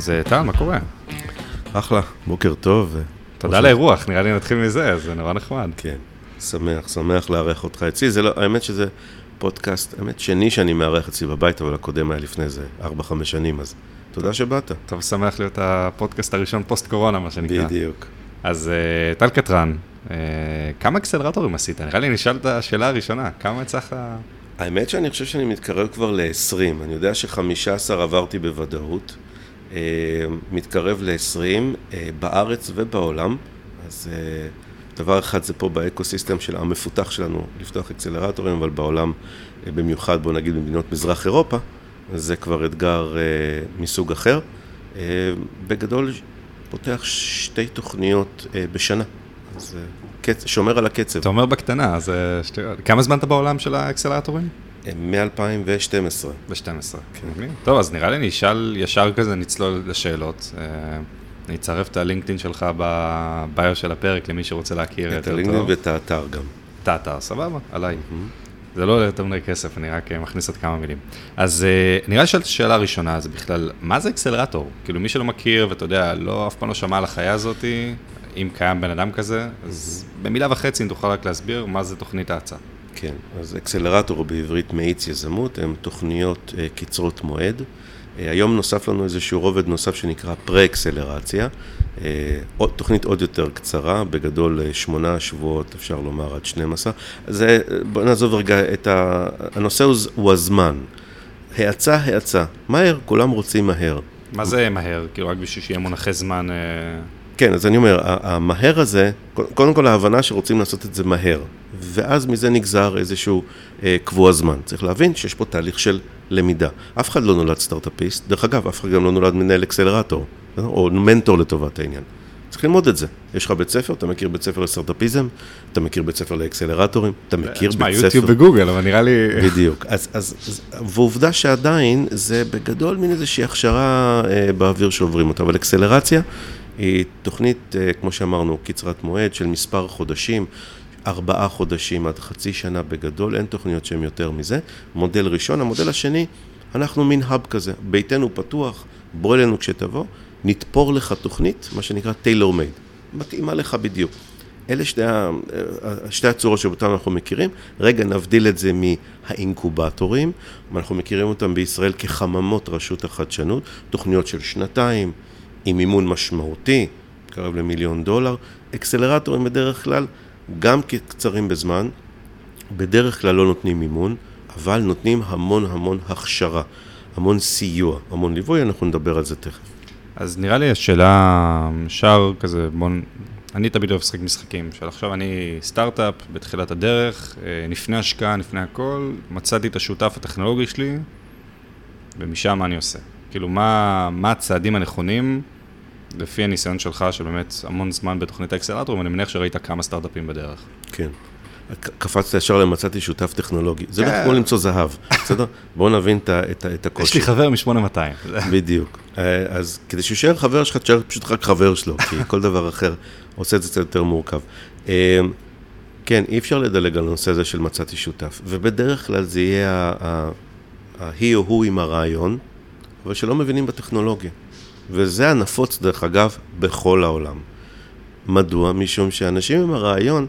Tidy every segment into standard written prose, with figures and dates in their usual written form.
אז טל, מה קורה? אחלה, בוקר טוב. תודה על האירוח, נראה לי נתחיל מזה, זה נורא נחמד. כן, שמח לארח אותך אצלי. זה לא, האמת שזה פודקאסט, האמת שני שאני מארח אצלי בבית, אבל הקודם היה לפני זה 4-5 שנים, אז תודה שבאת. טוב, שמח להיות הפודקאסט הראשון פוסט קורונה, מה שנקרא. בדיוק. אז טל קטרן, כמה אקסלרטורים עשית? נראה לי נשאל את השאלה הראשונה, כמה הצלחת? האמת שאני חושב שאני מתקרב כבר ל-20, אני יודע ש-15 עברתי בוודאות, מתקרב ל-20 בארץ ובעולם, אז דבר אחד זה פה באקוסיסטם של המפותח שלנו לפתוח אקסלרטורים, אבל בעולם במיוחד, בוא נגיד במדינות מזרח אירופה, זה כבר אתגר מסוג אחר. בגדול פותח 2 תוכניות בשנה, אז שומר על הקצב. אתה אומר בקטנה, אז כמה זמן אתה בעולם של האקסלרטורים? מ-2012. ב-12. טוב, אז נראה לי נשאל ישר כזה, נצלול לשאלות. אני אצרף את הלינקדאין שלך בביו של הפרק, למי שרוצה להכיר את הלינקדאין ואת האתר גם. את האתר, סבבה, עליי. זה לא עולה יותר מדי כסף, אני רק מכניס עוד כמה מילים. אז נראה לי שאלת השאלה הראשונה, זה בכלל, מה זה אקסלרטור? כאילו מי שלא מכיר, ואתה יודע, אף פעם לא שמע על החיה הזאת, אם קיים בן אדם כזה, אז במילה וחצי, אם תוכל רק להסביר, מה זה תוכנית ההצעה. כן, אז אקסלרטור בעברית מאיץ יזמות, הן תוכניות קצרות מועד. היום נוסף לנו איזשהו רובד נוסף שנקרא פרה-אקסלרציה, תוכנית עוד יותר קצרה, בגדול 8 שבועות, אפשר לומר עד 12. אז בוא נעזוב רגע, הנושא הוא הזמן. האצה, מהר, כולם רוצים מהר. מה זה מהר? כאילו רק בשביל שיהיה מונחי זמן... כן, אז אני אומר, המהר הזה, קודם כל ההבנה שרוצים לעשות את זה מהר, ואז מזה נגזר איזשהו קבוע זמן. צריך להבין שיש פה תהליך של למידה. אף אחד לא נולד סטארט-אפיסט, דרך אגב, אף אחד גם לא נולד מנהל אקסלרטור, או מנטור לטובת העניין. צריך ללמוד את זה. יש לך בית ספר, אתה מכיר בית ספר לסטארט-אפיזם, אתה מכיר בית ספר לאקסלרטורים, אתה מכיר בית ספר... יוטיוב וגוגל, אבל נראה לי... בדיוק. ועובדה שעדיין זה בגדול מין איזושהי הכשרה באוויר שעוברים אותה, אבל אקסלרציה היא תוכנית, כמו שאמרנו, קצרת מועד של מספר חודשים, 4 חודשים עד חצי שנה בגדול, אין תוכניות שהן יותר מזה. מודל ראשון, המודל השני, אנחנו מין האב כזה, ביתנו פתוח, בוא אלינו כשתבוא, נתפור לך תוכנית, מה שנקרא טיילור מייד, מתאימה לך בדיוק. אלה שתי הצורות שבאותן אנחנו מכירים, רגע נבדיל את זה מהאינקובטורים, אנחנו מכירים אותם בישראל כחממות רשות החדשנות, תוכניות של 2 עם מימון משמעותי, קרוב ל$1,000,000, אקסלרטורים בדרך כלל, גם קצרים בזמן, בדרך כלל לא נותנים מימון, אבל נותנים המון הכשרה, המון סיוע, המון ליווי, אנחנו נדבר על זה תכף. אז נראה לי השאלה, שער כזה, אני תמיד אוהב לשחק משחקים, של עכשיו אני סטארט-אפ בתחילת הדרך, לפני השקעה, לפני הכל, מצאתי את השותף הטכנולוגי שלי, ומשם מה אני עושה. כאילו, מה הצעדים הנכונים, לפי הניסיון שלך, שבאמת המון זמן בתוכנית האקסלרטור, ואני מניח שראית כמה סטארט-אפים בדרך. כן. קפצת ישר למצאתי שותף טכנולוגי. זה לא כמו למצוא זהב, בסדר? בואו נבין את הקושי. יש לי חבר מ-8200. בדיוק. אז כדי שישאר חבר שלך, תשאר פשוט רק חבר שלו, כי כל דבר אחר עושה את זה קצת יותר מורכב. כן, אי אפשר לדלג על הנושא הזה של מצאתי שותף, ובדרך כלל זה יהיה ההיא או הוא עם הרעיון, אבל שלא מבינים בטכנולוגיה. וזה הנפוץ, דרך אגב, בכל העולם. מדוע? משום שאנשים עם הרעיון,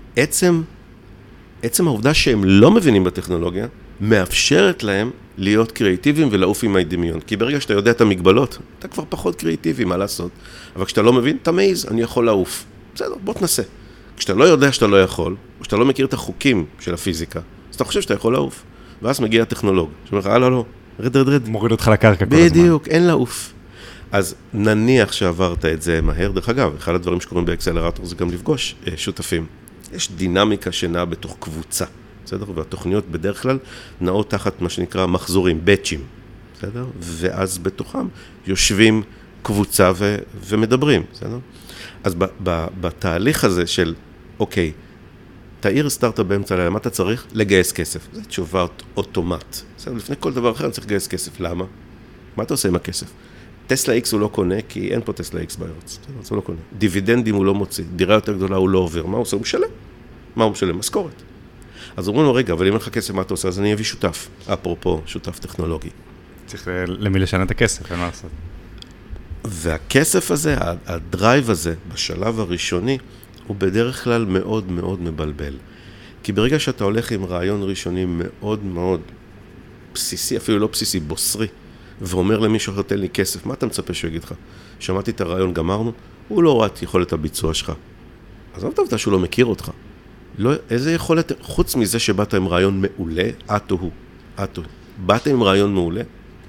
עצם העובדה שהם לא מבינים בטכנולוגיה, מאפשרת להם להיות קריאיטיביים ולעוף עם הדמיון. כי ברגע שאתה יודע את המגבלות, אתה כבר פחות קריאיטיבי, מה לעשות? אבל כשאתה לא מבין, אתה מעיז, אני יכול לעוף. בסדר, בוא תנסה. כשאתה לא יודע שאתה לא יכול, או שאתה לא מכיר את החוקים של הפיזיקה, אז אתה חושב שאתה יכול לעוף. ואז מגיע הטכנולוג, שאומר לך, לא, רד. מוריד אותך לקרקע כל הזמן. בדיוק, אין לעוף. אז נניח שעברת את זה מהר. דרך אגב, אחד הדברים שקורים באקסלרטור זה גם לפגוש שותפים. יש דינמיקה שנעה בתוך קבוצה, בסדר? והתוכניות בדרך כלל נעות תחת מה שנקרא מחזורים, בצ'ים, בסדר? ואז בתוכם יושבים קבוצה ומדברים, בסדר? אז בתהליך הזה של, אוקיי, תאיר סטארט-אפ באמצע לילה, מה אתה צריך? לגייס כסף. זה תשובה אוטומט. בסדר? לפני כל דבר אחר אני צריך לגייס כסף. למה? מה אתה עושה עם הכסף? טסלה X הוא לא קונה, כי אין פה טסלה X בארץ. הוא לא קונה. דיבידנדים הוא לא מוציא, דירה יותר גדולה הוא לא עובר. מה הוא עושה? הוא משלם. מה הוא משלם? משכורת. אז אומרים לו, רגע, אבל אם אין לך כסף, מה אתה עושה? אז אני אביא שותף. אפרופו, שותף טכנולוגי. צריך למי לשנה את הכסף, אין מה לעשות. והכסף הזה, הדרייב הזה, בשלב הראשוני, הוא בדרך כלל מאוד מאוד מבלבל. כי ברגע שאתה הולך עם רעיון ראשוני מאוד מאוד בסיסי, אפילו לא בסיסי, בוסרי, ואומר למישהו אחר, תן לי כסף, מה אתה מצפה שהוא יגיד לך? שמעתי את הרעיון, גמרנו, הוא לא ראה את יכולת הביצוע שלך. אז לא טוב שהוא לא מכיר אותך. לא, איזה יכולת, חוץ מזה שבאת עם רעיון מעולה, את או הוא. באת עם רעיון מעולה,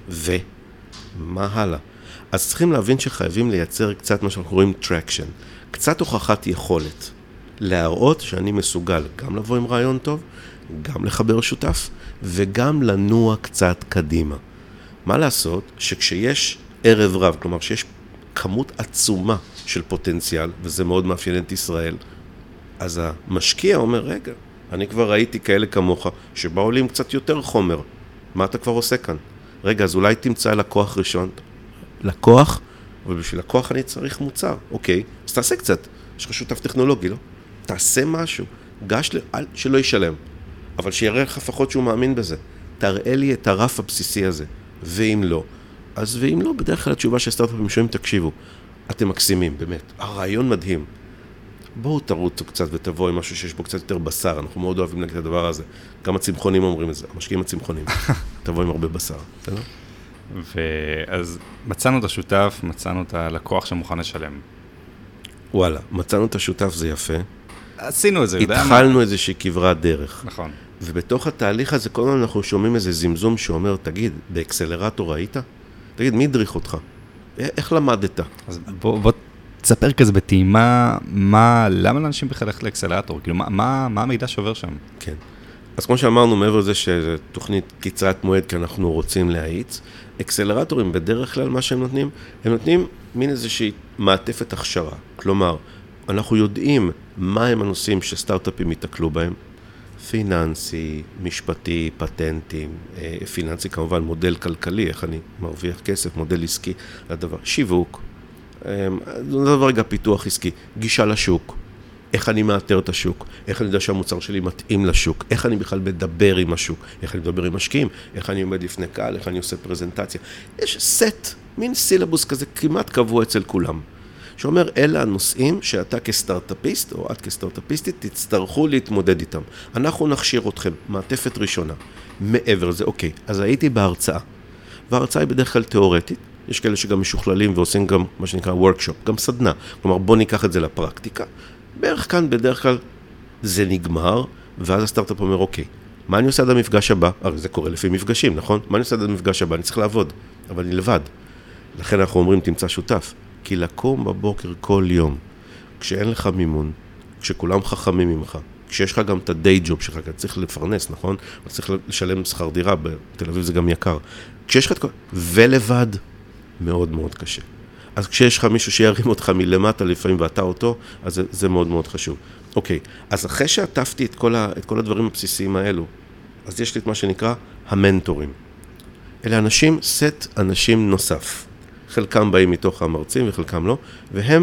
ומה הלאה? אז צריכים להבין שחייבים לייצר קצת מה שאנחנו קוראים traction, קצת הוכחת יכולת, להראות שאני מסוגל גם לבוא עם רעיון טוב, גם לחבר שותף, וגם לנוע קצת קדימה. מה לעשות? שכשיש ערב רב, כלומר שיש כמות עצומה של פוטנציאל, וזה מאוד מאפיין את ישראל, אז המשקיע אומר, רגע, אני כבר ראיתי כאלה כמוך, שבא עולים קצת יותר חומר, מה אתה כבר עושה כאן? רגע, אז אולי תמצא לקוח ראשון, לקוח, אבל בשביל לקוח אני צריך מוצר, אוקיי, אז תעשה קצת, יש לך שותף טכנולוגי, לא? תעשה משהו, גש שלא ישלם, אבל שיראה לך לפחות שהוא מאמין בזה, תראה לי את הרף הבסיסי הזה, ואם לא, בדרך כלל התשובה של סטארט-אפים שומעים, תקשיבו, אתם מקסימים, באמת, הרעיון מדהים, בואו תרוצו קצת ותבואו עם משהו שיש בו קצת יותר בשר, אנחנו מאוד אוהבים להגיד את הדבר הזה, גם הצמחונים אומרים את זה, המשקיעים הצמחונים, תבואו עם הרבה בשר, בסדר? ואז מצאנו את השותף, מצאנו את הלקוח שמוכן לשלם. וואלה, מצאנו את השותף, זה יפה. עשינו את זה, התחלנו איזושהי כברת דרך. נכון. ובתוך התהליך הזה, כל הזמן אנחנו שומעים איזה זמזום שאומר, תגיד, באקסלרטור ראית? תגיד, מי הדריך אותך? איך למדת? אז בוא תספר כזה בטעימה, למה לאנשים בכלל ללכת לאקסלרטור? כאילו, מה המידע שעובר שם? כן. אז כמו שאמרנו, מעבר לזה שזו תוכנית קצרת מועד, כי אנחנו רוצים להאיץ, אקסלרטורים בדרך כלל מה שהם נותנים, הם נותנים מין איזושהי מעטפת הכשרה. כלומר, אנחנו יודעים מה הם הנושאים שסטארט-אפים יתקלו בהם, פיננסי, משפטי, פטנטים, פיננסי כמובן, מודל כלכלי, איך אני מרוויח כסף, מודל עסקי, לדבר, שיווק, לדבר רגע פיתוח עסקי, גישה לשוק, איך אני מאתר את השוק, איך אני יודע שהמוצר שלי מתאים לשוק, איך אני בכלל מדבר עם השוק, איך אני מדבר עם משקיעים, איך אני עומד לפני קהל, איך אני עושה פרזנטציה. יש סט, מין סילבוס כזה כמעט קבוע אצל כולם, שאומר, אלה הנושאים שאתה כסטארט-אפיסט, או את כסטארט-אפיסטית, תצטרכו להתמודד איתם. אנחנו נכשיר אתכם, מעטפת ראשונה. מעבר לזה, אוקיי, אז הייתי בהרצאה, וההרצאה היא בדרך כלל תיאורטית, יש כאלה שגם משוכללים ועושים גם מה שנקרא וורקשופ, גם סדנה, כלומר בוא ניקח את זה לפרקטיקה, בערך כאן בדרך כלל זה נגמר, ואז הסטארט-אפ אומר, אוקיי, מה אני עושה עד המפגש הבא? הרי זה קורה לפי מפגשים, נכון? מה אני עושה עד המפגש הבא? אני צריך לעבוד, אבל אני לבד. לכן אנחנו אומרים, תמצא שותף. כי לקום בבוקר כל יום, כשאין לך מימון, כשכולם חכמים ממך, כשיש לך גם את הדיי ג'וב שלך, כי אתה צריך לפרנס, נכון? אתה צריך לשלם שכר דירה, בתל אביב זה גם יקר. כשיש לך את כל... ולבד, מאוד מאוד קשה. אז כשיש לך מישהו שירים אותך מלמטה לפעמים ואתה אותו, אז זה מאוד מאוד חשוב. אוקיי, אז אחרי שעטפתי את כל הדברים הבסיסיים האלו, אז יש לי את מה שנקרא המנטורים. אלה אנשים, סט אנשים נוסף. חלקם באים מתוך המרצים וחלקם לא, והם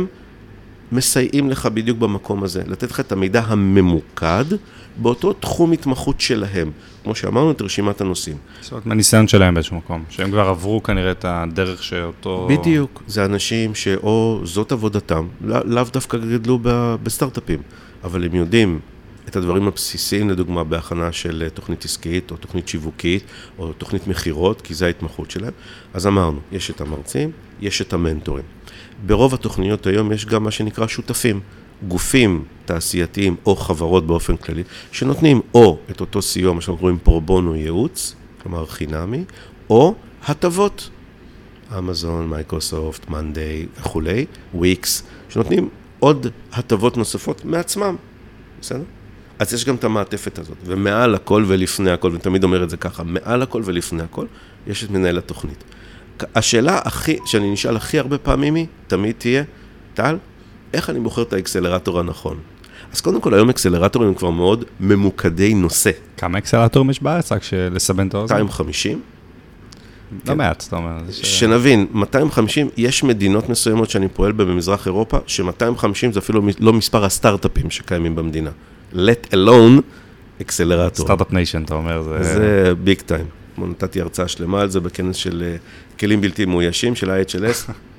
מסייעים לך בדיוק במקום הזה, לתת לך את המידע הממוקד באותו תחום התמחות שלהם, כמו שאמרנו את רשימת הנושאים. זאת אומרת, מהניסיון שלהם באיזשהו מקום, שהם כבר עברו כנראה את הדרך שאותו... בדיוק, זה אנשים שאו זאת עבודתם, לאו דווקא גדלו בסטארט-אפים, אבל הם יודעים את הדברים הבסיסיים, לדוגמה, בהכנה של תוכנית עסקית, או תוכנית שיווקית, או תוכנית מחירות, כי זה ההתמחות שלהם. אז אמרנו, יש את המרצים, יש את המנטורים. ברוב התוכניות היום יש גם מה שנקרא שותפים, גופים תעשייתיים או חברות באופן כללי, שנותנים או את אותו סיוע, מה שאנחנו קוראים פרובונו ייעוץ, כלומר חינמי, או הטבות, אמזון, מייקרוסופט, מנדיי וכולי, וויקס, שנותנים עוד הטבות נוספות מעצמם. בסדר? אז יש גם את המעטפת הזאת, ומעל הכל ולפני הכל, ותמיד אומר את זה ככה, מעל הכל ולפני הכל, יש את מנהל התוכנית. השאלה שאני נשאל הכי הרבה פעמים היא, תמיד תהיה, טל, איך אני בוחר את האקסלרטור הנכון? אז קודם כל, היום אקסלרטורים הם כבר מאוד ממוקדי נושא. כמה אקסלרטורים יש בארץ, רק לסבן את האוזן? 250. לא מעט, זאת אומרת. שנבין, 250, יש מדינות מסוימות שאני פועל במזרח אירופה, ש-250 זה אפילו לא מספר הסטארט-אפים שקיימים במדינה. let alone אקסלרטור. סטארט-אפ ניישן, אתה אומר. זה ביג טיים. נתתי הרצאה שלמה על זה בכנס של כלים בלתי מאוישים, של ה-HLS.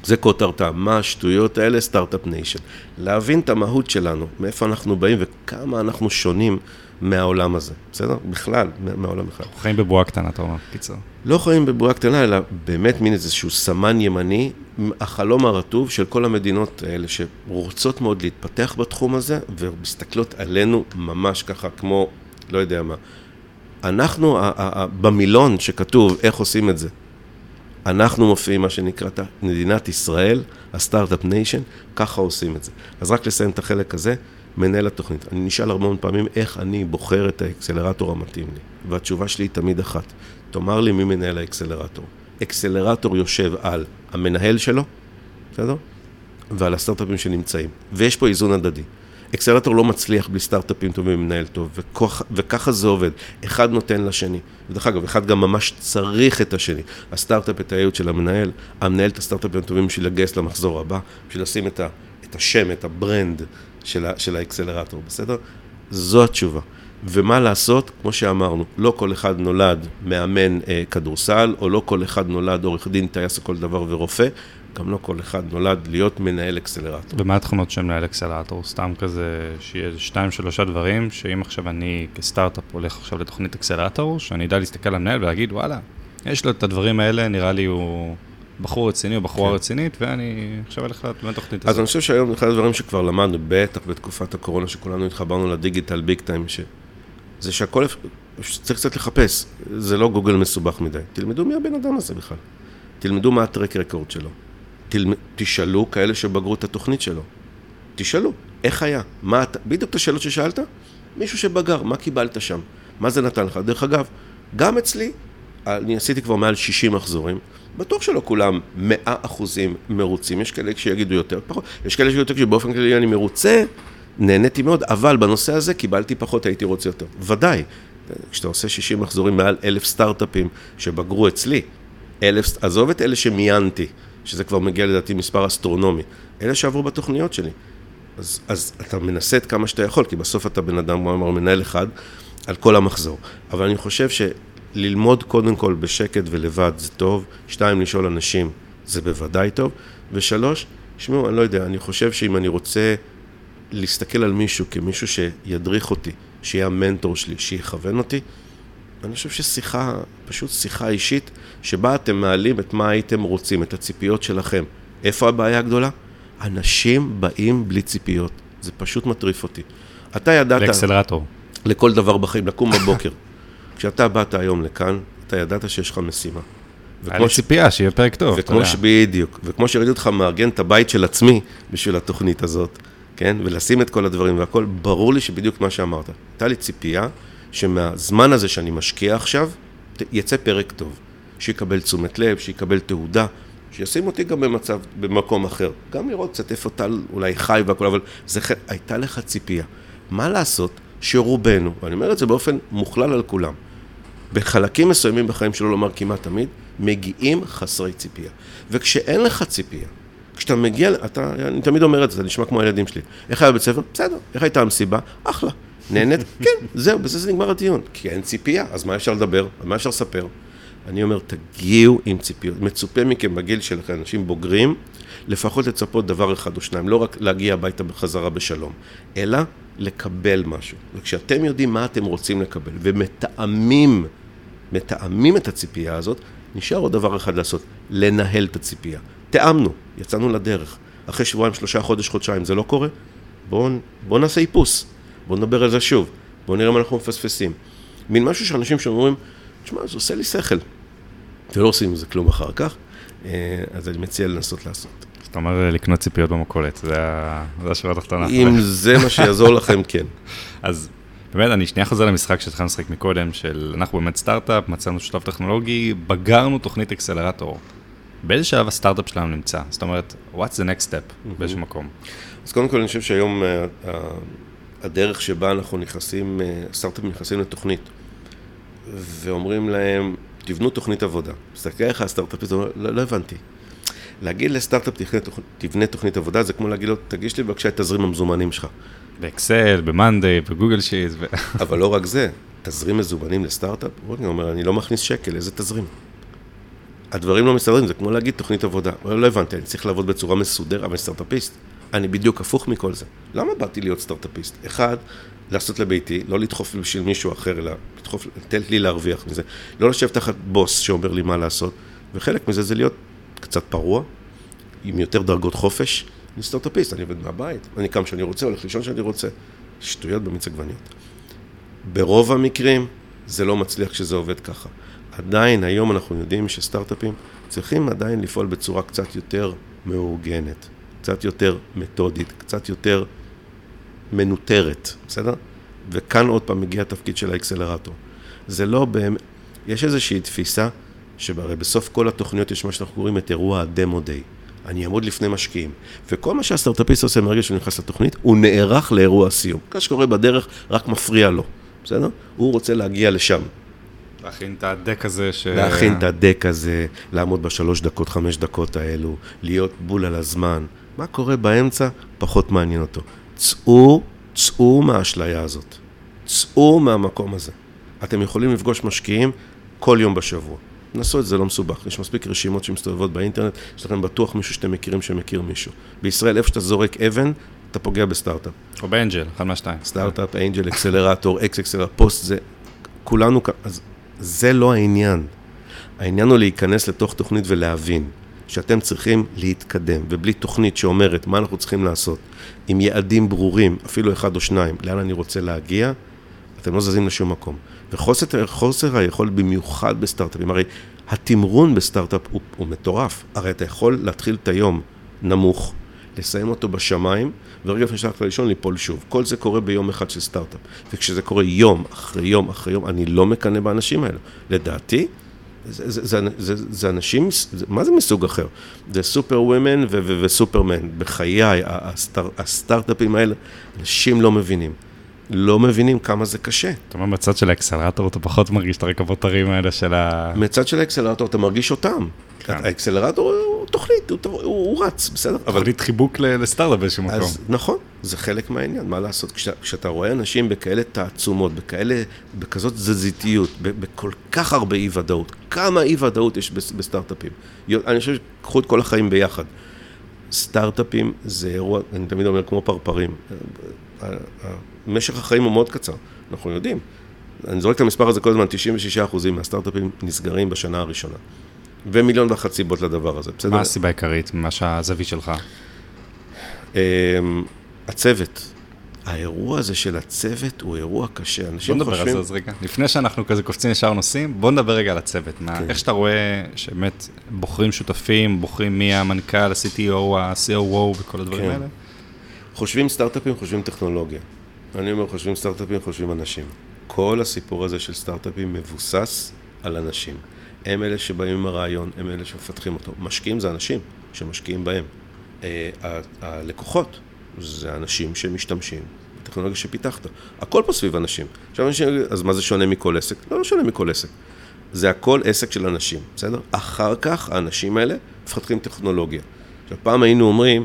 זה כותרתה, מה השטויות האלה, סטארט-אפ ניישן. להבין את המהות שלנו, מאיפה אנחנו באים וכמה אנחנו שונים מהעולם הזה. בסדר? בכלל, מהעולם בכלל. אנחנו חיים בבועה קטנה, אתה אומר, קיצר. לא חיים בבועה קטנה, אלא באמת מין איזשהו סמן ימני, החלום הרטוב של כל המדינות האלה שרוצות מאוד להתפתח בתחום הזה, ומסתכלות עלינו ממש ככה כמו, לא יודע מה. אנחנו, במילון שכתוב איך עושים את זה, אנחנו מופיעים מה שנקרא מדינת ישראל, הסטארט-אפ ניישן, ככה עושים את זה. אז רק לסיים את החלק הזה, מנהל התוכנית. אני נשאל הרבה פעמים איך אני בוחר את האקסלרטור המתאים לי. והתשובה שלי היא תמיד אחת. תאמר לי מי מנהל האקסלרטור. אקסלרטור יושב על המנהל שלו, בסדר? ועל הסטארט-אפים שנמצאים. ויש פה איזון הדדי. אקסלרטור לא מצליח בלי סטארט-אפים טובים ומנהל טוב, וככה זה עובד. אחד נותן לשני. ודרך אגב, אחד גם ממש צריך את השני. הסטארט-אפ את הייעוד של המנהל, המנהל את הסטארט-אפים הטובים בשביל לגייס למחזור הבא, בשביל לשים את השם, את הברנד של האקסלרטור, בסדר? זו התשובה. ומה לעשות? כמו שאמרנו, לא כל אחד נולד מאמן כדורסל, או לא כל אחד נולד עורך דין, טייס או כל דבר ורופא, גם לא כל אחד נולד להיות מנהל אקסלרטור. ומה התכונות של מנהל אקסלרטור? סתם כזה שיהיה 2-3 דברים, שאם עכשיו אני כסטארט-אפ הולך עכשיו לתוכנית אקסלרטור, שאני אדע להסתכל על המנהל ולהגיד, וואלה, יש לו את הדברים האלה, נראה לי הוא בחור רציני או בחורה רצינית, ואני עכשיו הולך לתוכנית הזאת. אז אני חושב שהיום אחד הדברים שכבר למדנו, בטח בתקופת הקורונה, שכולנו התחברנו לדיגיטל ביג טיים, זה שהכל צריך קצת לחפש, זה לא גוגל מסובך מדי. תלמדו מי הבן אדם הזה בכלל. תלמדו מה הטרק רקורד שלו. תשאלו כאלה שבגרו את התוכנית שלו. תשאלו, איך היה? בדיוק את השאלות ששאלת? מישהו שבגר, מה קיבלת שם? מה זה נתן לך? דרך אגב, גם אצלי, אני עשיתי כבר מעל 60 מחזורים, בטוח שלא כולם 100% מרוצים, יש כאלה שיגידו יותר, פחות, יש כאלה שיגידו יותר, שבאופן כללי אני מרוצה, נהניתי מאוד, אבל בנושא הזה קיבלתי פחות, הייתי רוצה יותר. ודאי, כשאתה עושה 60 מחזורים מעל 1,000 סטארט-אפים שבגרו אצלי, עזוב את אלה שמיינתי, שזה כבר מגיע לדעתי מספר אסטרונומי, אלה שעברו בתוכניות שלי. אז אתה מנסה את כמה שאתה יכול, כי בסוף אתה בן אדם, כמו אמר, מנהל אחד על כל המחזור. אבל אני חושב שללמוד קודם כל בשקט ולבד זה טוב, 2, לשאול אנשים זה בוודאי טוב, ו3, שמעו, אני לא יודע, אני חושב שאם אני רוצה להסתכל על מישהו כמישהו שידריך אותי, שיהיה המנטור שלי, שיכוון אותי, אני חושב ששיחה, פשוט שיחה אישית, שבה אתם מעלים את מה הייתם רוצים, את הציפיות שלכם. איפה הבעיה הגדולה? אנשים באים בלי ציפיות. זה פשוט מטריף אותי. אתה ידעת... לאקסלרטור. לכל דבר בחיים, לקום בבוקר. כשאתה באת היום לכאן, אתה ידעת שיש לך משימה. היה לי ציפייה, שיהיה פרק טוב. בדיוק. וכמו שראיתי אותך מארגן את הבית של עצמי בשביל התוכנית הזאת, כן? ולשים את כל הדברים והכל, ברור לי שבדיוק מה שאמרת. הייתה לי ציפייה שמהזמן הזה שאני משקיע עכשיו, יצא פרק טוב. שיקבל תשומת לב, שיקבל תעודה, שישים אותי גם במקום אחר. גם לראות קצת איפה טל אולי חי והכל, אבל הייתה לך ציפייה. מה לעשות שרובנו, ואני אומר את זה באופן מוכלל על כולם, בחלקים מסוימים בחיים שלו לומר כמעט תמיד, מגיעים חסרי ציפייה. וכשאין לך ציפייה, כשאתה מגיע, אני תמיד אומר את זה, זה נשמע כמו הילדים שלי. איך היה בית ספר? בסדר. איך הייתה המסיבה? אחלה. נהנית? כן, זהו, בזה זה נגמר הדיון. כי אין ציפייה, אז מה אפשר לדבר? מה אפשר לספר? אני אומר, תגיעו עם ציפיות. מצופה מכם בגיל של אנשים בוגרים, לפחות לצפות דבר אחד או שניים, לא רק להגיע הביתה בחזרה בשלום, אלא לקבל משהו. וכשאתם יודעים מה אתם רוצים לקבל, ומתאמים את הציפייה הזאת, נשאר עוד דבר אחד לעשות, לנהל את הציפייה. תאמנו, יצאנו לדרך. אחרי 2-3 חודשים, זה לא קורה? בואו נעשה איפוס. בואו נדבר על זה שוב. בואו נראה מה אנחנו מפספסים. מין משהו שאנשים שאומרים, תשמע, זה עושה לי שכל. ולא עושים עם זה כלום אחר כך, אז אני מציע לנסות לעשות. זאת אומרת, לקנות ציפיות במקולת, זה השורה התחתונה. אם זה מה שיעזור לכם, כן. אז באמת, אני שנייה חוזר למשחק שהתחלנו לשחק מקודם, של אנחנו באמת סטארט-אפ, מצאנו שותף טכנולוגי, בגרנו תוכנית אקסלרטור. באיזה שלב הסטארט-אפ שלנו נמצא? זאת אומרת, what's the next step באיזשהו מקום? אז קודם כל, אני חושב שהיום הדרך שבה אנחנו נכנסים, סטארט-אפים נכנסים לתוכנית, ואומרים להם, תבנו תוכנית עבודה. מסתכל איך הסטארט-אפ, לא הבנתי. להגיד לסטארט-אפ, תבנה תוכנית עבודה, זה כמו להגיד לו, תגיש לי בבקשה את תזרים המזומנים שלך. באקסל, במאנדיי, בגוגל שיט. אבל לא רק זה, תזרים מזומנים לסטארט-אפ, הוא אומר, אני לא מכניס שקל, איזה תזרים? הדברים לא מסתדרים, זה כמו להגיד תוכנית עבודה. לא הבנתי, אני צריך לעבוד בצורה מסודרת, אבל סטארט-אפיסט. אני בדיוק הפוך מכל זה. למה באתי להיות סטארט-אפיסט? אחד, לעשות לביתי, לא לדחוף בשביל מישהו אחר, אלא לתת לי להרוויח מזה. לא לשבת תחת בוס שאומר לי מה לעשות, וחלק מזה זה להיות קצת פרוע, עם יותר דרגות חופש. אני סטארט-אפיסט, אני עובד מהבית, אני קם שאני רוצה, הולך לישון שאני רוצה. שטויות במיץ עגבניות. ברוב המקרים זה לא מצליח כשזה עובד ככה. עדיין היום אנחנו יודעים שסטארט-אפים צריכים עדיין לפעול בצורה קצת יותר מאורגנת, קצת יותר מתודית, קצת יותר מנוטרת, בסדר? וכאן עוד פעם מגיע התפקיד של האקסלרטור. זה לא באמת, יש איזושהי תפיסה שברי בסוף כל התוכניות יש מה שאנחנו קוראים את אירוע הדמו דיי. אני אעמוד לפני משקיעים. וכל מה שהסטארט-אפיסט עושה מרגע שהוא נכנס לתוכנית, הוא נערך לאירוע הסיום. מה שקורה בדרך רק מפריע לו, בסדר? הוא רוצה להגיע לשם. להכין את הדק הזה להכין את הדק הזה, לעמוד ב3 דקות, 5 דקות האלו, להיות בול על הזמן. מה קורה באמצע? פחות מעניין אותו. צאו מהאשליה הזאת. צאו מהמקום הזה. אתם יכולים לפגוש משקיעים כל יום בשבוע. נסו את זה, לא מסובך. יש מספיק רשימות שמסתובבות באינטרנט, יש לכם בטוח מישהו שאתם מכירים שמכיר מישהו. בישראל, איפה שאתה זורק אבן, אתה פוגע בסטארט-אפ. או באנג'ל, 1 מהשתיים. סטארט-אפ, אנג'ל, אקסלרטור, אקסלרטור, פוסט, זה כולנו, אז זה לא העניין. העניין הוא להיכנס לתוך תוכנית ולהבין שאתם צריכים להתקדם, ובלי תוכנית שאומרת מה אנחנו צריכים לעשות, עם יעדים ברורים, אפילו 1 או 2, לאן אני רוצה להגיע, אתם לא זזים לשום מקום. וחוסר היכול במיוחד בסטארט-אפים, הרי התמרון בסטארט-אפ הוא מטורף, הרי אתה יכול להתחיל את היום נמוך, לסיים אותו בשמיים, ורגע לפני שהלכת לישון ליפול שוב. כל זה קורה ביום אחד של סטארט-אפ. וכשזה קורה יום אחרי יום אחרי יום, אני לא מקנא באנשים האלה. לדעתי, זה אנשים, מה זה מסוג אחר? זה סופר ווימן וסופרמן. בחיי, הסטארט-אפים האלה, אנשים לא מבינים. לא מבינים כמה זה קשה. זאת אומרת, מצד של האקסלרטור, אתה פחות מרגיש את הרקבות הרים האלה של מצד של האקסלרטור, אתה מרגיש אותם. האקסלרטור הוא תוכנית, הוא רץ, בסדר? תוכנית חיבוק לסטארט-אפ באיזשהו מקום. אז נכון, זה חלק מהעניין, מה לעשות? כשאתה רואה אנשים בכאלה תעצומות, בכזאת זזיתיות, בכל כך הרבה אי-ודאות, כמה אי-ודאות יש בסטארט-אפים. אני חושב שקחו את כל החיים ביחד. סטארט-אפים זה אירוע, אני תמיד אומר כמו פרפרים. משך החיים הוא מאוד קצר, אנחנו יודעים. אני זורק את המספר הזה כל הזמן, 96% מהסטארט-אפים נסגרים בשנה הראשונה. ו1.5 מיליון סיבות לדבר הזה. מה הסיבה העיקרית, מה שהזווית שלך? הצוות. האירוע הזה של הצוות הוא אירוע קשה. בוא נדבר על זה אז רגע. לפני שאנחנו כזה קופצים ישר נושאים, בוא נדבר רגע על הצוות. איך שאתה רואה שבאמת בוחרים שותפים, בוחרים מי המנכ"ל, ה-CTO, ה-COO וכל הדברים האלה? חושבים סטארט-אפים, חושבים טכנולוגיה. אני אומר, חושבים סטארט-אפים, חושבים אנשים. כל הסיפור הזה של סטארט-אפים מבוסס על אנשים. הם אלה שבאים עם הרעיון, הם אלה שמפתחים אותו. משקיעים זה אנשים שמשקיעים בהם. הלקוחות זה אנשים שמשתמשים בטכנולוגיה שפיתחת. הכל פה סביב אנשים. אז מה זה שונה מכל עסק? לא שונה מכל עסק. זה הכל עסק של אנשים, בסדר? אחר כך האנשים האלה מפתחים טכנולוגיה. עכשיו, פעם היינו אומרים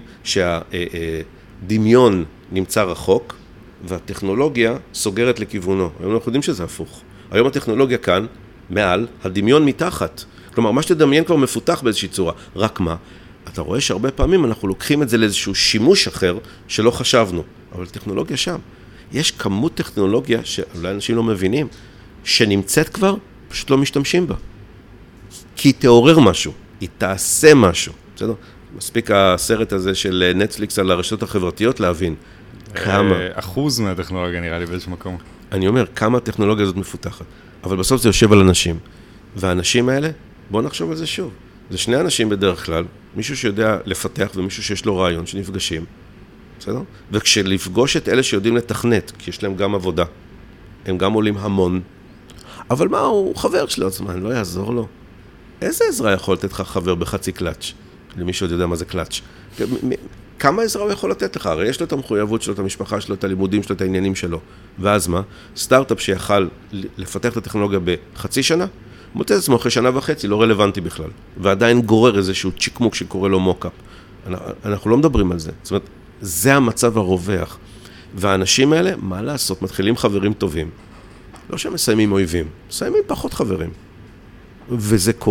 שהדמיון נמצא רחוק, והטכנולוגיה סוגרת לכיוונו. היום אנחנו יודעים שזה הפוך. היום הטכנולוגיה כאן, מעל, הדמיון מתחת. כלומר, מה שתדמיין כבר מפותח באיזושהי צורה. רק מה? אתה רואה שהרבה פעמים אנחנו לוקחים את זה לאיזשהו שימוש אחר שלא חשבנו. אבל טכנולוגיה שם. יש כמות טכנולוגיה שאולי אנשים לא מבינים, שנמצאת כבר, פשוט לא משתמשים בה. כי היא תעורר משהו, היא תעשה משהו. בסדר? מספיק הסרט הזה של נטפליקס על הרשתות החברתיות להבין. כמה? אחוז מהטכנולוגיה נראה לי באיזשהו מקום. אני אומר, כמה הטכנולוגיה הזאת מפותחת. אבל בסוף זה יושב על אנשים. והאנשים האלה, בואו נחשוב על זה שוב. זה שני אנשים בדרך כלל, מישהו שיודע לפתח ומישהו שיש לו רעיון שנפגשים. בסדר? וכשלפגוש את אלה שיודעים לתכנת, כי יש להם גם עבודה, הם גם עולים המון. אבל מה, הוא חבר שלו עצמן, לא יעזור לו. איזה עזרה יכול לתת לך חבר בחצי קלאץ'? למי שעוד יודע מה זה קלאץ'. כמה עזרה הוא יכול לתת לך? הרי יש לו את המחויבות שלו, את המשפחה שלו, את הלימודים שלו, את העניינים שלו. ואז מה? סטארט-אפ שיכל לפתח את הטכנולוגיה בחצי שנה, מוצא את עצמו אחרי 1.5 שנה, לא רלוונטי בכלל. ועדיין גורר איזשהו צ'יקמוק שקורא לו מוקאפ. אנחנו לא מדברים על זה. זאת אומרת, זה המצב הרווח. והאנשים האלה, מה לעשות? מתחילים חברים טובים. לא שהם מסיימים אויבים, מסיימים פחות חברים. וזה קורה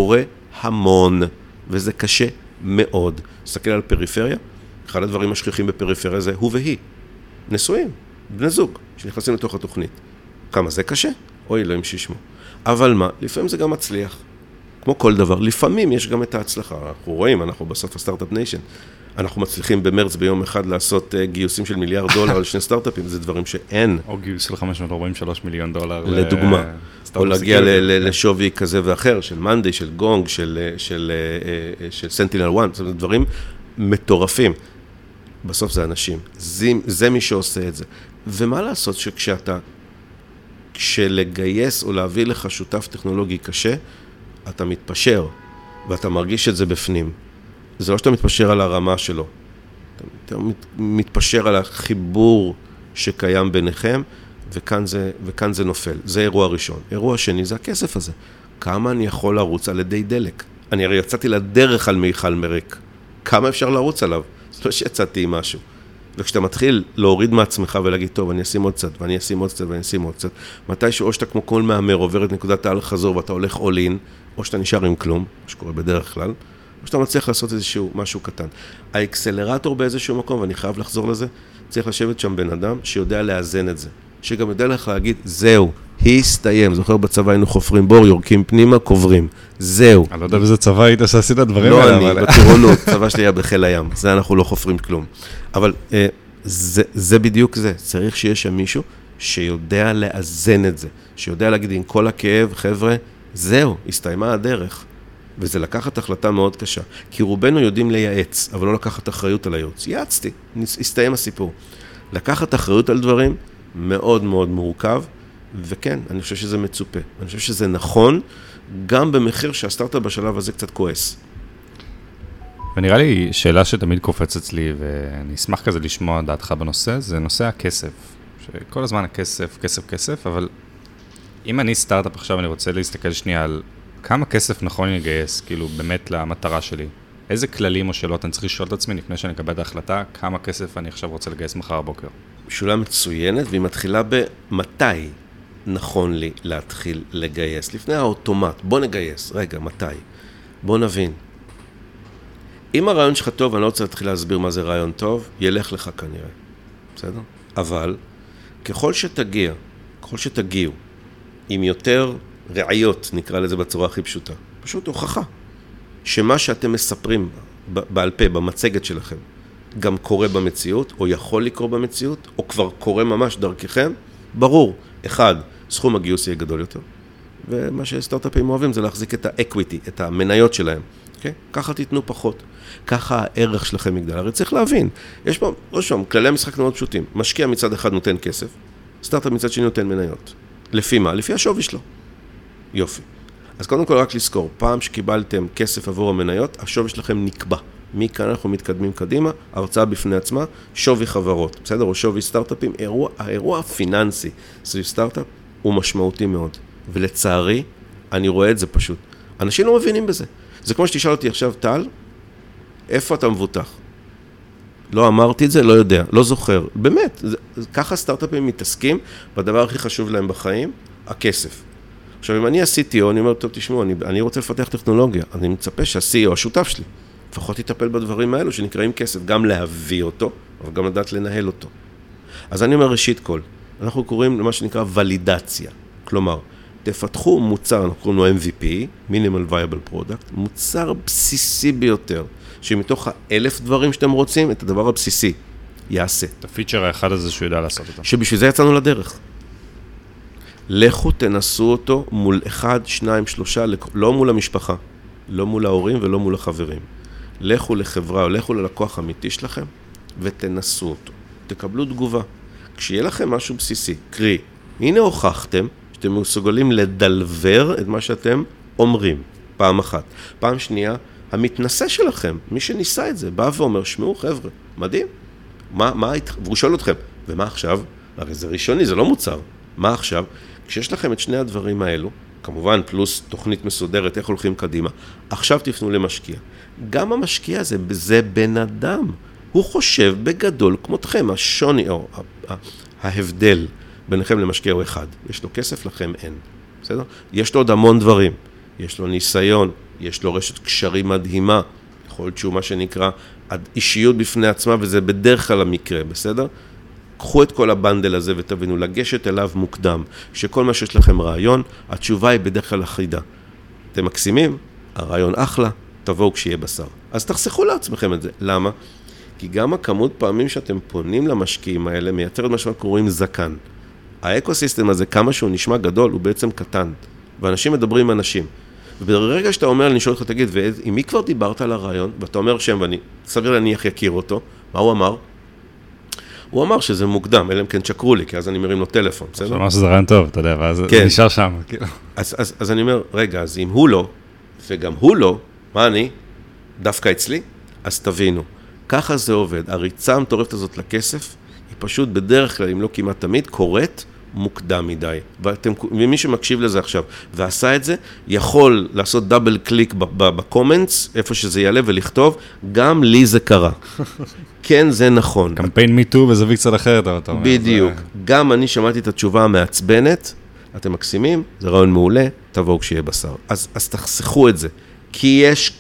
המון, וזה קשה מאוד. תסתכל על פריפריה, אחד הדברים השכיחים בפריפריה זה הוא והיא. נשואים, בני זוג, שנכנסים לתוך התוכנית. כמה זה קשה? אוי, אלוהים שישמו. אבל מה? לפעמים זה גם מצליח. כמו כל דבר, לפעמים יש גם את ההצלחה. אנחנו רואים, אנחנו בסוף הסטארט-אפ ניישן. אנחנו מצליחים במרץ ביום אחד לעשות גיוסים של $1 מיליארד על שני סטארט-אפים, זה דברים שאין. או גיוס של $543 מיליון. לדוגמה. או להגיע לשווי כזה ואחר, של מאנדי, של גונג, של סנטינל 1, זה דברים מטורפים. בסוף זה אנשים. זה מי שעושה את זה. ומה לעשות כשלגייס או להביא לך שותף טכנולוגי קשה, אתה מתפשר, ואתה מרגיש את זה בפנים. זה לא שאתה מתפשר על הרמה שלו. אתה מתפשר על החיבור שקיים ביניכם, וכאן זה נופל. זה אירוע ראשון. אירוע שני זה הכסף הזה. כמה אני יכול לרוץ על ידי דלק? אני הרי יצאתי לדרך על מיכל מריק. כמה אפשר לרוץ עליו? זה לא שיצאתי עם משהו. וכשאתה מתחיל להוריד מעצמך ולהגיד, טוב, אני אשים עוד קצת, ואני אשים עוד קצת, ואני אשים עוד קצת, מתישהו או שאתה כמו כל מאמר עובר את נקודת העל חזור, ואתה הולך all in, או שאתה נשאר עם כלום, שקורה בדרך כלל, או שאתה מצליח לעשות איזשהו משהו קטן. האקסלרטור באיזשהו מקום, ואני חייב לחזור לזה, צריך לשבת שם בן אדם שיודע לאזן את זה. שגם יודע לך להגיד, זהו, היא הסתיים. זוכר בצבא היינו חופרים בור, יורקים פנימה, קוברים. זהו. אני לא יודע באיזה צבא היית שעשית הדברים האלה. לא אני, בטירונות, צבא שלי היה בחיל הים. זה אנחנו לא חופרים כלום. אבל זה בדיוק זה. צריך שיש שם מישהו שיודע לאזן את זה. שיודע להגיד עם כל הכאב, חבר'ה, זהו, הסתיימה הדרך. וזה לקחת החלטה מאוד קשה. כי רובנו יודעים לייעץ, אבל לא לקחת אחריות על הייעוץ. יעצתי, הסתיים הסיפור. לקחת אחריות על דברים מאוד מאוד מורכב, וכן, אני חושב שזה מצופה. אני חושב שזה נכון, גם במחיר שהסטארט-אפ בשלב הזה קצת כועס. ונראה לי שאלה שתמיד קופץ אצלי, ואני אשמח כזה לשמוע דעתך בנושא, זה נושא הכסף. שכל הזמן הכסף, כסף, כסף, אבל אם אני סטארט-אפ עכשיו, אני רוצה להסתכל שנייה על כמה כסף נכון לי לגייס, כאילו באמת למטרה שלי. איזה כללים או שאלות אני צריך לשאול את עצמי לפני שאני אקבל את ההחלטה, כמה כסף אני עכשיו רוצה לגייס מחר הבוקר. שאלה מצוינת, והיא מתחילה במתי נכון לי להתחיל לגייס. לפני האוטומט, בוא נגייס. רגע, מתי? בוא נבין. אם הרעיון שלך טוב, אני לא רוצה להתחיל להסביר מה זה רעיון טוב, ילך לך כנראה. בסדר? אבל ככל שתגיעו עם יותר ראיות, נקרא לזה בצורה הכי פשוטה, פשוט הוכחה, שמה שאתם מספרים בעל פה, במצגת שלכם, גם קורה במציאות, או יכול לקרות במציאות, או כבר קורה ממש דרככם, ברור. אחד, סכום הגיוס יהיה גדול יותר, ומה שסטארט-אפים אוהבים זה להחזיק את האקוויטי, את המניות שלהם. Okay? ככה תיתנו פחות. ככה הערך שלכם יגדל. הרי צריך להבין, יש פה, לא שם, כללי המשחק מאוד פשוטים. משקיע מצד אחד נותן כסף, סטארט-אפ מצד שני נותן מניות. לפי מה? לפי השווי שלו. יופי. אז קודם כל רק לזכור, פעם שקיבלתם כסף עבור המניות, השווי שלכם נקבע. מכאן אנחנו מתקדמים קדימה, הרצאה בפני עצמה, שווי חברות, בסדר? או שווי סטארט-אפים, האירוע הפיננסי סביב סטארט-אפ הוא משמעותי מאוד. ולצערי, אני רואה את זה פשוט. אנשים לא מבינים בזה. זה כמו שתשאל אותי עכשיו, טל, איפה אתה מבוטח? לא אמרתי את זה, לא יודע, לא זוכר. באמת, ככה סטארט-אפים מתעסקים, והדבר הכי חשוב להם בחיים, הכסף. עכשיו, אם אני ה-CTO, אני אומר, טוב, תשמעו, אני רוצה לפתח טכנולוגיה, אני מצפה שה-CEO, השותף שלי, לפחות יטפל בדברים האלו שנקראים כסף, גם להביא אותו, אבל גם לדעת לנהל אותו. אז אני אומר, ראשית כל, אנחנו קוראים למה שנקרא ולידציה. כלומר, תפתחו מוצר, אנחנו קוראים לו MVP, Minimal Viable Product, מוצר בסיסי ביותר, שמתוך 1,000 דברים שאתם רוצים, את הדבר הבסיסי יעשה. את הפיצ'ר האחד הזה שהוא יודע לעשות אותו. שבשביל זה יצאנו לדרך. לכו תנסו אותו מול 1, 2, 3, לא מול המשפחה, לא מול ההורים ולא מול החברים. לכו לחברה או לכו ללקוח אמיתי שלכם ותנסו אותו. תקבלו תגובה. כשיהיה לכם משהו בסיסי, קרי, הנה הוכחתם שאתם מסוגלים לדלבר את מה שאתם אומרים, פעם אחת. פעם שנייה, המתנסה שלכם, מי שניסה את זה, בא ואומר, שמעו חבר'ה, מדהים. והוא שואל אתכם, ומה עכשיו? הרי זה ראשוני, זה לא מוצר. מה עכשיו? כשיש לכם את שני הדברים האלו, כמובן פלוס תוכנית מסודרת, איך הולכים קדימה, עכשיו תפנו למשקיע. גם המשקיע הזה, זה בן אדם. הוא חושב בגדול כמותכם, השוני או ההבדל ביניכם למשקיע הוא אחד. יש לו כסף, לכם אין. בסדר? יש לו עוד המון דברים. יש לו ניסיון, יש לו רשת קשרים מדהימה, יכול להיות שהוא מה שנקרא אישיות בפני עצמה, וזה בדרך כלל המקרה, בסדר? קחו את כל הבנדל הזה ותבינו, לגשת אליו מוקדם, שכל מה שיש לכם רעיון, התשובה היא בדרך כלל אחידה. אתם מקסימים, הרעיון אחלה, תבואו כשיהיה בשר. אז תחסכו לעצמכם את זה. למה? כי גם הכמות פעמים שאתם פונים למשקיעים האלה, מייצרת מה שאנחנו קוראים זקן. האקוסיסטם הזה, כמה שהוא נשמע גדול, הוא בעצם קטן. ואנשים מדברים עם אנשים. וברגע שאתה אומר, אני שואל אותך, תגיד, ועם מי כבר דיברת על הרעיון? ואתה אומר שם, ואני סביר להניח יכיר אותו. מה הוא אמר? הוא אמר שזה מוקדם, אלא אם כן תשקרו לי, כי אז אני מרים לו טלפון, בסדר? הוא אמר שזה רעיון טוב, אתה יודע, ואז זה נשאר שם. אז אני אומר, רגע, אז אם הוא לא, וגם הוא לא, מה אני? דווקא אצלי? אז תבינו, ככה זה עובד. הריצה המטורפת הזאת לכסף, היא פשוט בדרך כלל, אם לא כמעט תמיד, קורית מוקדם מדי. ומי שמקשיב לזה עכשיו, ועשה את זה, יכול לעשות דאבל קליק בקומנטס, איפה שזה יעלה, ולכתוב, גם לי זה קרה. כן, זה נכון. קמפיין מיטו וזווית קצת אחרת, אתה אומר. בדיוק. גם אני שמעתי את התשובה המעצבנת, אתם מקסימים, זה רעיון מעולה, תבואו כשיהיה בשר. אז תחסכו את זה, כי יש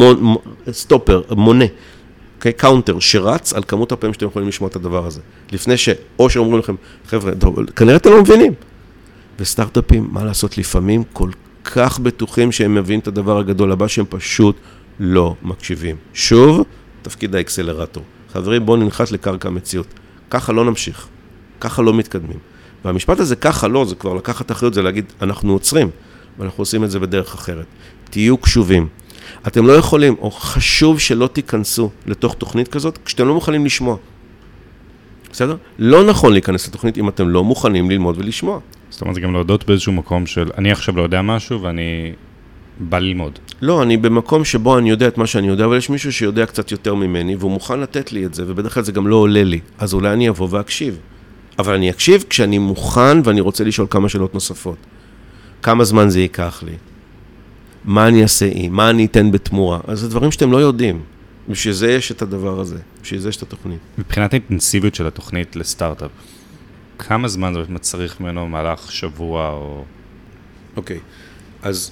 סטופר, מונה, קאונטר, שרץ על כמות הפעמים שאתם יכולים לשמוע את הדבר הזה. לפני או שאומרים לכם, חבר'ה, כנראה אתם לא מבינים. וסטארט-אפים, מה לעשות, לפעמים כל כך בטוחים שהם מבינים את הדבר הגדול הבא, שהם פשוט לא מקשיבים. שוב, תפקיד האקסלרטור. חברים, בואו ננחת לקרקע המציאות. ככה לא נמשיך. ככה לא מתקדמים. והמשפט הזה, ככה לא, זה כבר לקחת אחריות, זה להגיד, אנחנו עוצרים, ואנחנו עושים את זה בדרך אחרת. תהיו קשובים. אתם לא יכולים, או חשוב שלא תיכנסו לתוך תוכנית כזאת, כשאתם לא מוכנים לשמוע. בסדר? לא נכון להיכנס לתוכנית אם אתם לא מוכנים ללמוד ולשמוע. זאת אומרת, זה גם להודות באיזשהו מקום של, אני עכשיו לא יודע משהו, ואני בא ללמוד. לא, אני במקום שבו אני יודע את מה שאני יודע, אבל יש מישהו שיודע קצת יותר ממני, והוא מוכן לתת לי את זה, ובדרך כלל זה גם לא עולה לי. אז אולי אני אבוא ואקשיב. אבל אני אקשיב כשאני מוכן, ואני רוצה לשאול כמה שאלות נוספות. כמה זמן זה ייקח לי? מה אני אעשה עם? מה אני אתן בתמורה? אז זה דברים שאתם לא יודעים. בשביל זה יש את הדבר הזה. בשביל זה יש את התוכנית. מבחינת האינטנסיביות של התוכנית לסטארט-אפ, כמה זמן זה מצריך ממנו מהלך שבוע או... אוקיי. אז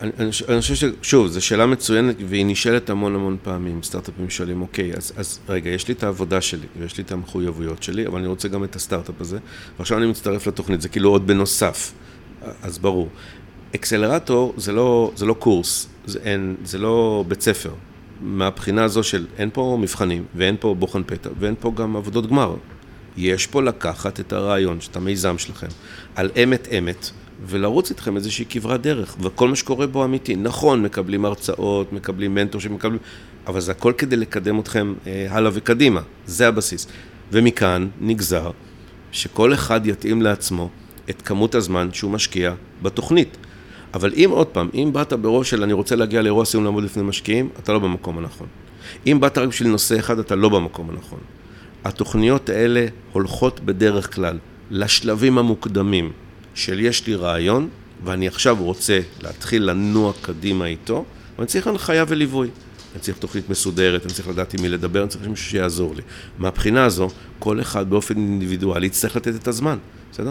אני חושב ששוב, זו שאלה מצוינת, והיא נשאלת המון פעמים. סטארט-אפים שואלים, אוקיי, אז רגע, יש לי את העבודה שלי, ויש לי את המחויבויות שלי, אבל אני רוצה גם את הסטארט-אפ הזה, ועכשיו אני מצטרף לתוכנית, זה כאילו עוד בנוסף. אז ברור. אקסלרטור זה לא קורס, זה לא בית ספר. מהבחינה הזו של אין פה מבחנים, ואין פה בוחן פתע, ואין פה גם עבודות גמר. יש פה לקחת את הרעיון, את המיזם שלכם, על אמת, ולרוץ איתכם איזושהי כברת דרך, וכל מה שקורה בו אמיתי. נכון, מקבלים הרצאות, מקבלים מנטור שמקבלים, אבל זה הכל כדי לקדם אתכם הלאה וקדימה. זה הבסיס. ומכאן נגזר שכל אחד יתאים לעצמו את כמות הזמן שהוא משקיע בתוכנית. אבל אם עוד פעם, אם באת בראש של אני רוצה להגיע לאירוע סיום לעמוד לפני משקיעים, אתה לא במקום הנכון. אם באת רק בשביל נושא אחד, אתה לא במקום הנכון. התוכניות האלה הולכות בדרך כלל לשלבים המוקדמים של יש לי רעיון, ואני עכשיו רוצה להתחיל לנוע קדימה איתו, ואני צריך הנחיה וליווי. אני צריך תוכנית מסודרת, אני צריך לדעת עם מי לדבר, אני צריך מישהו שיעזור לי. מהבחינה הזו, כל אחד באופן אינדיבידואלי יצטרך לתת את הזמן, בסדר?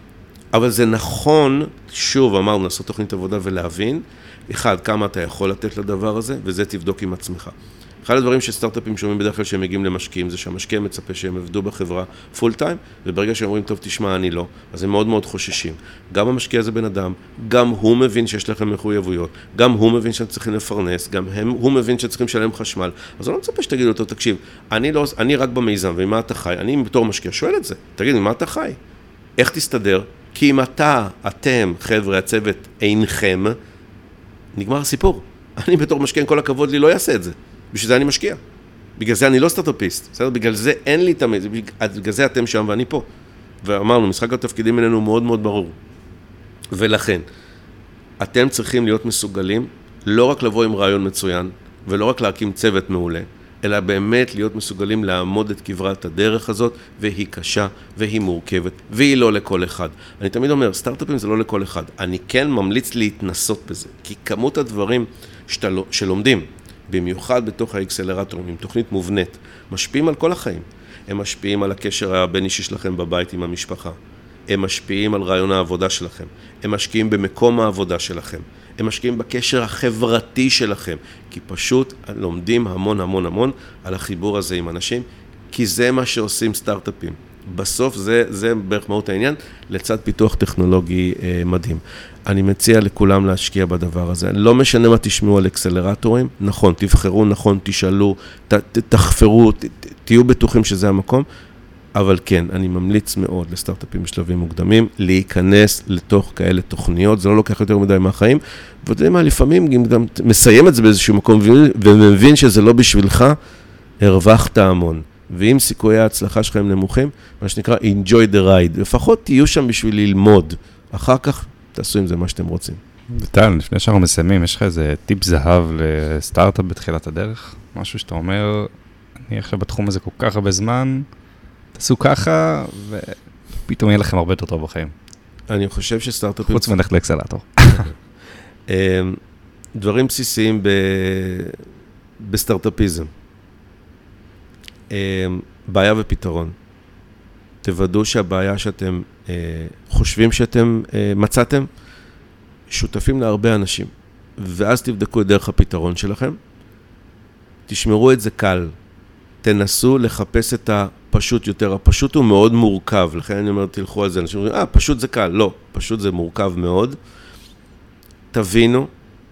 אבל זה נכון, שוב אמרנו, לעשות תוכנית עבודה ולהבין, אחד, כמה אתה יכול לתת לדבר הזה, וזה תבדוק עם עצמך. אחד הדברים שסטארט-אפים שומעים בדרך כלל שהם מגיעים למשקיעים, זה שהמשקיע מצפה שהם עבדו בחברה פול טיים, וברגע שהם אומרים, טוב, תשמע, אני לא, אז הם מאוד חוששים. גם המשקיע זה בן אדם, גם הוא מבין שיש לכם מחויבויות, גם הוא מבין שאתם צריכים לפרנס, גם הוא מבין שצריכים לשלם חשמל, אז אני לא מצפה שתגידו אותו, תקשיב, אני רק במיזם, וממה אתה חי? אני בתור משקיע שואל את זה, תגיד, ממה אתה חי? איך תסתדר? כי אם אתם, חבר'ה, הצוות, אינכם, נגמר הסיפור. אני בתור משקיע, עם כל הכבוד לי, לא אעשה את זה. בשביל זה אני משקיע. בגלל זה אני לא סטארט-אפיסט. בסדר? בגלל זה אין לי תמיד. בגלל זה אתם שם ואני פה. ואמרנו, משחק התפקידים אלינו מאוד ברור. ולכן, אתם צריכים להיות מסוגלים, לא רק לבוא עם רעיון מצוין, ולא רק להקים צוות מעולה, אלא באמת להיות מסוגלים לעמוד את כברת הדרך הזאת, והיא קשה, והיא מורכבת, והיא לא לכל אחד. אני תמיד אומר, סטארט-אפים זה לא לכל אחד. אני כן ממליץ להתנסות בזה, כי כמות הדברים שלומדים, במיוחד בתוך האקסלרטורים, עם תוכנית מובנית, משפיעים על כל החיים. הם משפיעים על הקשר הבין אישי שלכם בבית עם המשפחה. הם משפיעים על רעיון העבודה שלכם, הם משקיעים במקום העבודה שלכם, הם משקיעים בקשר החברתי שלכם, כי פשוט לומדים המון המון המון על החיבור הזה עם אנשים, כי זה מה שעושים סטארט-אפים. בסוף זה בערך מהות העניין, לצד פיתוח טכנולוגי מדהים. אני מציע לכולם להשקיע בדבר הזה. לא משנה מה תשמעו על אקסלרטורים, נכון, תבחרו, נכון, תשאלו, תחפרו, תהיו בטוחים שזה המקום, אבל כן, אני ממליץ מאוד לסטארט-אפים בשלבים מוקדמים, להיכנס לתוך כאלה תוכניות, זה לא לוקח יותר מדי מהחיים, ואתה יודע מה, לפעמים גם מסיים את זה באיזשהו מקום, ומבין שזה לא בשבילך, הרווחת המון. ואם סיכויי ההצלחה שלכם נמוכים, מה שנקרא enjoy the ride, לפחות תהיו שם בשביל ללמוד, אחר כך תעשו עם זה מה שאתם רוצים. וטל, לפני שאנחנו מסיימים, יש לך איזה טיפ זהב לסטארט-אפ בתחילת הדרך? משהו שאתה אומר, אני עכשיו בתחום הזה כל כך הרבה זמן, תעשו ככה, ופתאום יהיה לכם הרבה יותר טוב בחיים. אני חושב שסטארט-אפים... חוץ מלכת לאקסלרטור. דברים בסיסיים בסטארט-אפיזם. בעיה ופתרון. תוודאו שהבעיה שאתם חושבים שאתם מצאתם, שותפים להרבה אנשים, ואז תבדקו את דרך הפתרון שלכם. תשמרו את זה קל. תנסו לחפש את הפשוט יותר. הפשוט הוא מאוד מורכב, לכן אני אומר, תלכו על זה. אנשים אומרים, פשוט זה קל. לא, פשוט זה מורכב מאוד. תבינו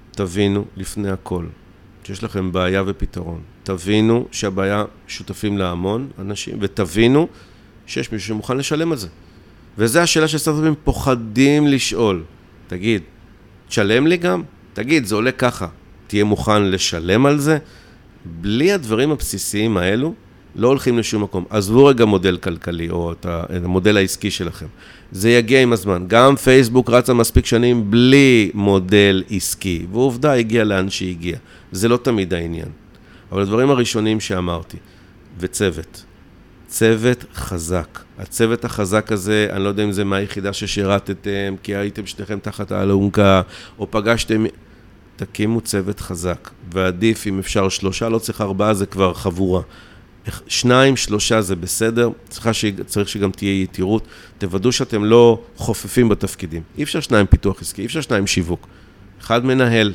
לפני הכל, שיש לכם בעיה ופתרון. תבינו שהבעיה שותפים להמון אנשים, ותבינו שיש מישהו שמוכן לשלם על זה. וזו השאלה שסטארט-אפים פוחדים לשאול. תגיד, תשלם לי גם? תגיד, זה עולה ככה. תהיה מוכן לשלם על זה? בלי הדברים הבסיסיים האלו, לא הולכים לשום מקום. עזבו רגע מודל כלכלי, או את המודל העסקי שלכם. זה יגיע עם הזמן. גם פייסבוק רצה מספיק שנים בלי מודל עסקי, ועובדה הגיע לאן שהגיע. זה לא תמיד העניין. אבל הדברים הראשונים שאמרתי, וצוות. צוות חזק. הצוות החזק הזה, אני לא יודע אם זה מהיחידה ששירתתם, כי הייתם שניכם תחת האלונקה, או פגשתם, תקימו צוות חזק. ועדיף אם אפשר 3, לא צריך 4, זה כבר חבורה. 2, 3 זה בסדר, צריך שגם תהיה יתירות. תוודאו שאתם לא חופפים בתפקידים. אי אפשר 2 פיתוח עסקי, אי אפשר 2 שיווק. 1 מנהל,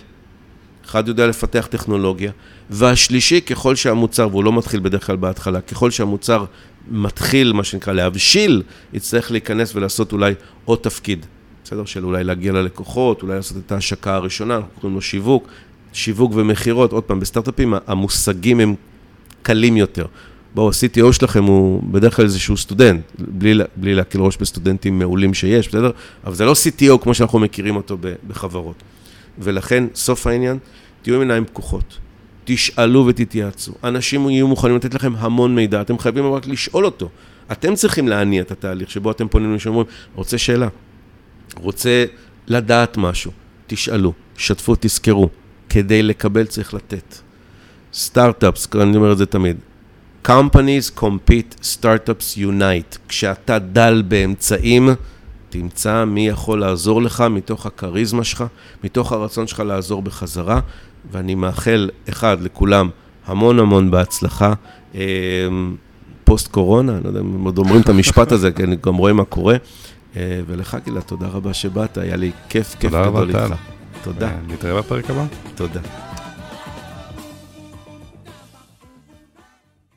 1 יודע לפתח טכנולוגיה, והשלישי, ככל שהמוצר, והוא לא מתחיל בדרך כלל בהתחלה, ככל שהמוצר מתחיל, מה שנקרא, להבשיל, יצטרך להיכנס ולעשות אולי עוד תפקיד. בסדר? של אולי להגיע ללקוחות, אולי לעשות את ההשקה הראשונה, אנחנו קוראים לו שיווק ומחירות. עוד פעם, בסטארט-אפים המושגים הם קלים יותר. בואו, ה-CTO שלכם הוא בדרך כלל איזשהו סטודנט, בלי להקיל ראש בסטודנטים מעולים שיש, בסדר? אבל זה לא CTO כמו שאנחנו מכירים אותו בחברות. ולכן, סוף העניין, תהיו עם עיניים פקוחות. תשאלו ותתייעצו. אנשים יהיו מוכנים לתת לכם המון מידע, אתם חייבים רק לשאול אותו. אתם צריכים להניע את התהליך שבו אתם פונים לשאומרים, רוצה שאלה, רוצה לדעת משהו, תשאלו, שתפו, תזכרו. כדי לקבל צריך לתת. סטארט-אפס, אני אומר את זה תמיד. Companies compete, startups unite. כשאתה דל באמצעים, תמצא מי יכול לעזור לך מתוך הקריזמה שלך, מתוך הרצון שלך לעזור בחזרה, ואני מאחל לכולם המון המון בהצלחה. פוסט קורונה, אני לא יודע אם עוד אומרים את המשפט הזה, כי אני גם רואה מה קורה. ולך גילה, תודה רבה שבאת, היה לי כיף גדול איתך. תודה. נתראה בפרק הבא. תודה.